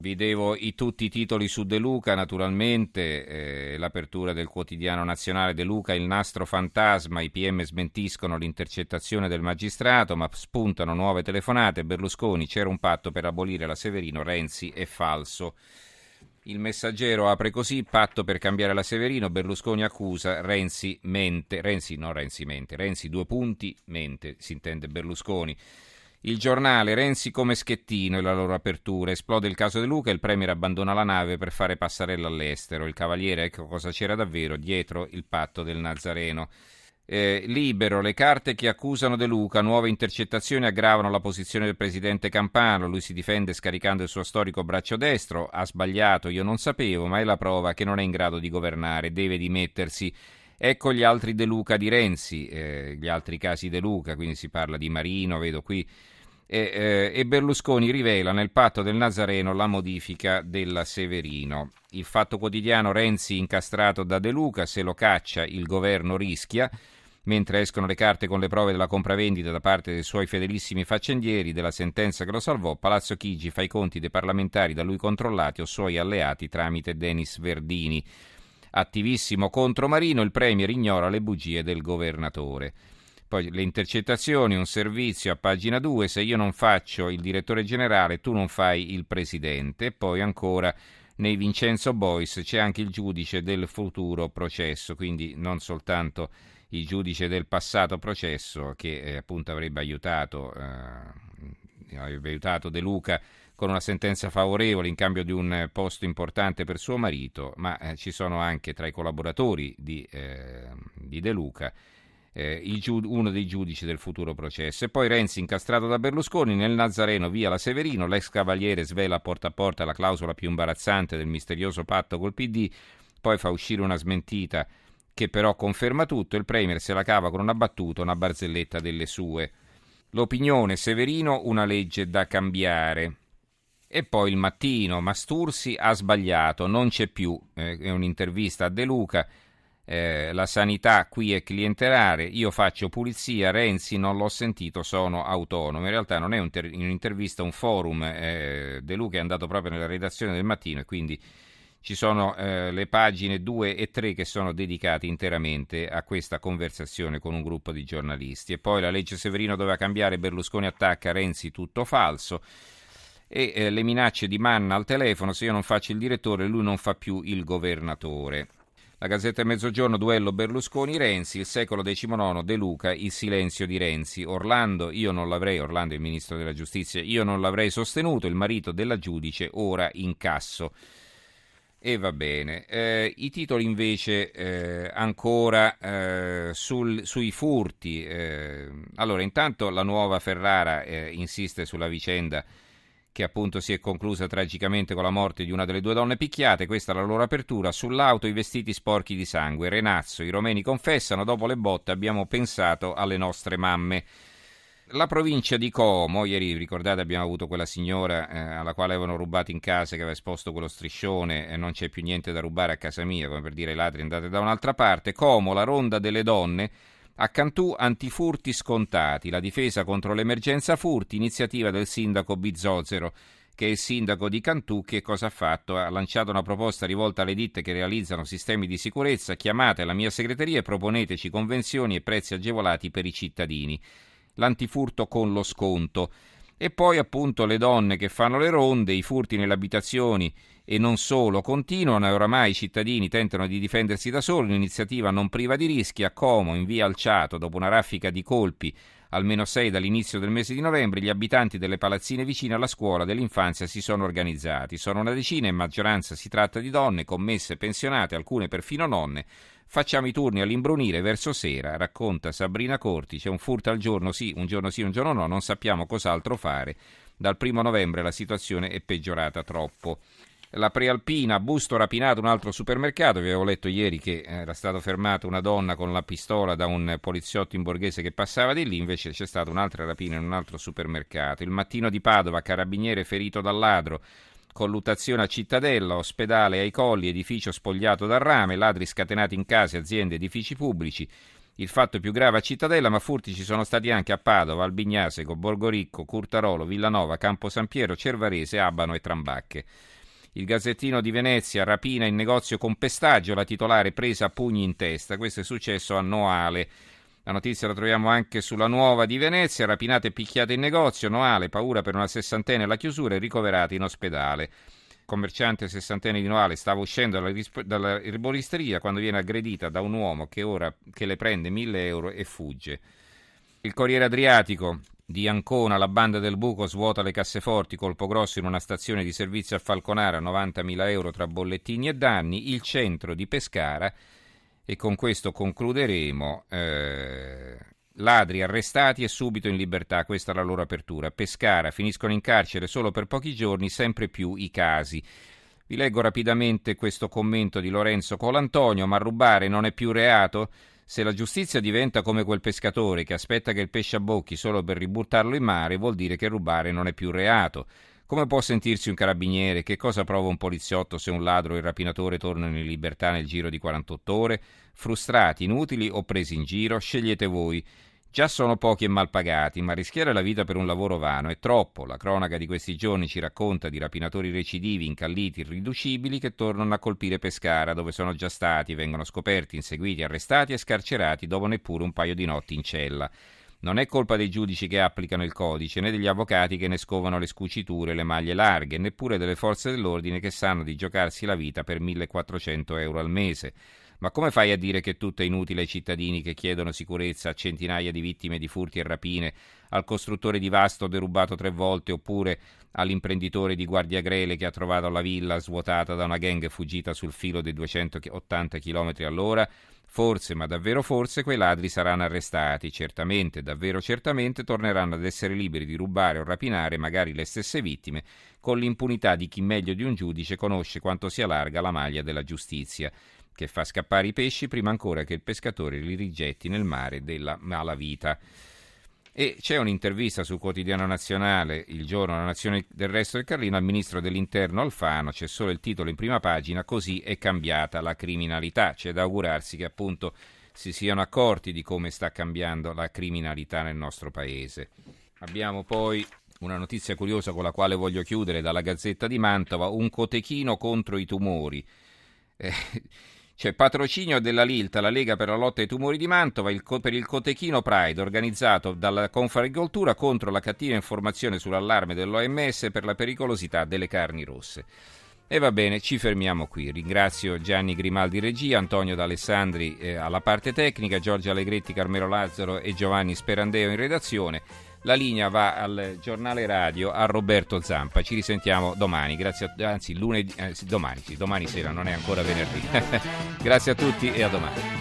Vi devo tutti i titoli su De Luca, naturalmente, l'apertura del quotidiano nazionale De Luca, il nastro fantasma, i PM smentiscono l'intercettazione del magistrato, ma spuntano nuove telefonate, Berlusconi, c'era un patto per abolire la Severino, Renzi è falso. Il Messaggero apre così, patto per cambiare la Severino, Berlusconi accusa, Renzi mente, Renzi mente, Renzi due punti, mente, si intende Berlusconi. Il Giornale, Renzi come Schettino e la loro apertura, esplode il caso De Luca, il premier abbandona la nave per fare passerella all'estero, il Cavaliere, ecco cosa c'era davvero dietro il patto del Nazareno. Libero, le carte che accusano De Luca, nuove intercettazioni aggravano la posizione del presidente Campano, lui si difende scaricando il suo storico braccio destro, ha sbagliato, io non sapevo, ma è la prova che non è in grado di governare, deve dimettersi. Ecco gli altri De Luca di Renzi, gli altri casi De Luca, quindi si parla di Marino, vedo qui, e Berlusconi rivela nel patto del Nazareno la modifica della Severino. Il Fatto Quotidiano, Renzi incastrato da De Luca, se lo caccia il governo rischia, mentre escono le carte con le prove della compravendita da parte dei suoi fedelissimi faccendieri, della sentenza che lo salvò, Palazzo Chigi fa i conti dei parlamentari da lui controllati o suoi alleati tramite Denis Verdini. Attivissimo contro Marino, il premier ignora le bugie del governatore. Poi le intercettazioni, un servizio a pagina 2, se io non faccio il direttore generale tu non fai il presidente. E poi ancora nei Vincenzo Boys c'è anche il giudice del futuro processo, quindi non soltanto il giudice del passato processo che appunto avrebbe aiutato De Luca con una sentenza favorevole in cambio di un posto importante per suo marito, ma ci sono anche tra i collaboratori di De Luca uno dei giudici del futuro processo. E poi Renzi incastrato da Berlusconi, nel Nazareno via la Severino, l'ex Cavaliere svela a porta la clausola più imbarazzante del misterioso patto col PD, poi fa uscire una smentita che però conferma tutto, il premier se la cava con una battuta, una barzelletta delle sue. L'Opinione, Severino, una legge da cambiare. E poi il Mattino, Mastursi ha sbagliato, non c'è più, è un'intervista a De Luca, la sanità qui è clientelare, io faccio pulizia, Renzi non l'ho sentito, sono autonomo. In realtà non è un'intervista, un forum, De Luca è andato proprio nella redazione del Mattino e quindi ci sono le pagine 2 e 3 che sono dedicate interamente a questa conversazione con un gruppo di giornalisti. E poi la legge Severino doveva cambiare, Berlusconi attacca, Renzi tutto falso. E le minacce di Manna al telefono, se io non faccio il direttore lui non fa più il governatore. La Gazzetta del Mezzogiorno, duello Berlusconi-Renzi, il secolo XIX, De Luca, il silenzio di Renzi. Orlando è il ministro della giustizia, io non l'avrei sostenuto, il marito della giudice ora in casso. E va bene. I titoli invece ancora sui furti. Allora, intanto la nuova Ferrara insiste sulla vicenda che appunto si è conclusa tragicamente con la morte di una delle due donne picchiate, questa è la loro apertura, sull'auto i vestiti sporchi di sangue, Renazzo, i romeni confessano, dopo le botte abbiamo pensato alle nostre mamme. La provincia di Como, ieri ricordate abbiamo avuto quella signora alla quale avevano rubato in casa, che aveva esposto quello striscione e non c'è più niente da rubare a casa mia, come per dire ai ladri andate da un'altra parte. Como, la ronda delle donne, a Cantù antifurti scontati, la difesa contro l'emergenza furti, iniziativa del sindaco Bizzozero, che è il sindaco di Cantù. Che cosa ha fatto? Ha lanciato una proposta rivolta alle ditte che realizzano sistemi di sicurezza, chiamate la mia segreteria e proponeteci convenzioni e prezzi agevolati per i cittadini. L'antifurto con lo sconto. E poi appunto le donne che fanno le ronde, i furti nelle abitazioni e non solo continuano e oramai i cittadini tentano di difendersi da soli, un'iniziativa non priva di rischi. A Como, in via Alciato, dopo una raffica di colpi, almeno 6 dall'inizio del mese di novembre, gli abitanti delle palazzine vicine alla scuola dell'infanzia si sono organizzati. Sono una decina, in maggioranza si tratta di donne, commesse, pensionate, alcune perfino nonne. Facciamo i turni all'imbrunire verso sera, racconta Sabrina Corti, c'è un furto al giorno sì, un giorno no, non sappiamo cos'altro fare. Dal 1° novembre la situazione è peggiorata troppo. La Prealpina, Busto rapinato un altro supermercato, vi avevo letto ieri che era stata fermata una donna con la pistola da un poliziotto in borghese che passava di lì, invece c'è stata un'altra rapina in un altro supermercato. Il Mattino di Padova, carabiniere ferito dal ladro, colluttazione a Cittadella, ospedale ai Colli, edificio spogliato dal rame, ladri scatenati in case, aziende, edifici pubblici. Il fatto più grave a Cittadella, ma furti ci sono stati anche a Padova, Albignasego, Borgoricco, Curtarolo, Villanova, Campo San Piero, Cervarese, Abano e Trambacche. Il Gazzettino di Venezia, rapina in negozio con pestaggio, la titolare presa a pugni in testa. Questo è successo a Noale. La notizia la troviamo anche sulla Nuova di Venezia, rapinate e picchiate in negozio, Noale, paura per una sessantenne alla chiusura e ricoverati in ospedale. Commerciante sessantenne di Noale stava uscendo dalla erboristeria quando viene aggredita da un uomo che le prende 1.000 euro e fugge. Il Corriere Adriatico di Ancona, la banda del buco svuota le casseforti, colpo grosso in una stazione di servizio a Falconara, 90.000 euro tra bollettini e danni. Il centro di Pescara, e con questo concluderemo, ladri arrestati e subito in libertà, questa è la loro apertura. Pescara, finiscono in carcere solo per pochi giorni, sempre più i casi. Vi leggo rapidamente questo commento di Lorenzo Colantonio: ma rubare non è più reato? Se la giustizia diventa come quel pescatore che aspetta che il pesce abbocchi solo per ributtarlo in mare, vuol dire che rubare non è più reato. Come può sentirsi un carabiniere? Che cosa prova un poliziotto se un ladro o il rapinatore tornano in libertà nel giro di 48 ore? Frustrati, inutili o presi in giro? Scegliete voi. Già sono pochi e mal pagati, ma rischiare la vita per un lavoro vano è troppo. La cronaca di questi giorni ci racconta di rapinatori recidivi, incalliti, irriducibili che tornano a colpire Pescara, dove sono già stati, vengono scoperti, inseguiti, arrestati e scarcerati dopo neppure un paio di notti in cella. Non è colpa dei giudici che applicano il codice, né degli avvocati che ne scovano le scuciture e le maglie larghe, neppure delle forze dell'ordine che sanno di giocarsi la vita per 1.400 euro al mese. Ma come fai a dire che tutto è inutile ai cittadini che chiedono sicurezza, a centinaia di vittime di furti e rapine, al costruttore di Vasto derubato 3 volte, oppure all'imprenditore di Guardiagrele che ha trovato la villa svuotata da una gang fuggita sul filo dei 280 km all'ora? Forse, ma davvero forse, quei ladri saranno arrestati. Certamente, davvero certamente, torneranno ad essere liberi di rubare o rapinare magari le stesse vittime, con l'impunità di chi meglio di un giudice conosce quanto sia larga la maglia della giustizia, che fa scappare i pesci prima ancora che il pescatore li rigetti nel mare della malavita. E c'è un'intervista sul Quotidiano Nazionale, il giorno La Nazione del Resto del Carlino, al ministro dell'Interno Alfano. C'è solo il titolo in prima pagina: così è cambiata la criminalità. C'è da augurarsi che appunto si siano accorti di come sta cambiando la criminalità nel nostro paese. Abbiamo poi una notizia curiosa con la quale voglio chiudere, dalla Gazzetta di Mantova: un cotechino contro i tumori. C'è patrocinio della Lilta, la Lega per la lotta ai tumori di Mantova, per il Cotechino Pride, organizzato dalla Confagricoltura contro la cattiva informazione sull'allarme dell'OMS per la pericolosità delle carni rosse. E va bene, ci fermiamo qui. Ringrazio Gianni Grimaldi regia, Antonio D'Alessandri alla parte tecnica, Giorgio Allegretti, Carmelo Lazzaro e Giovanni Sperandeo in redazione. La linea va al giornale radio, a Roberto Zampa. Ci risentiamo domani, domani sera, non è ancora venerdì. Grazie a tutti e a domani.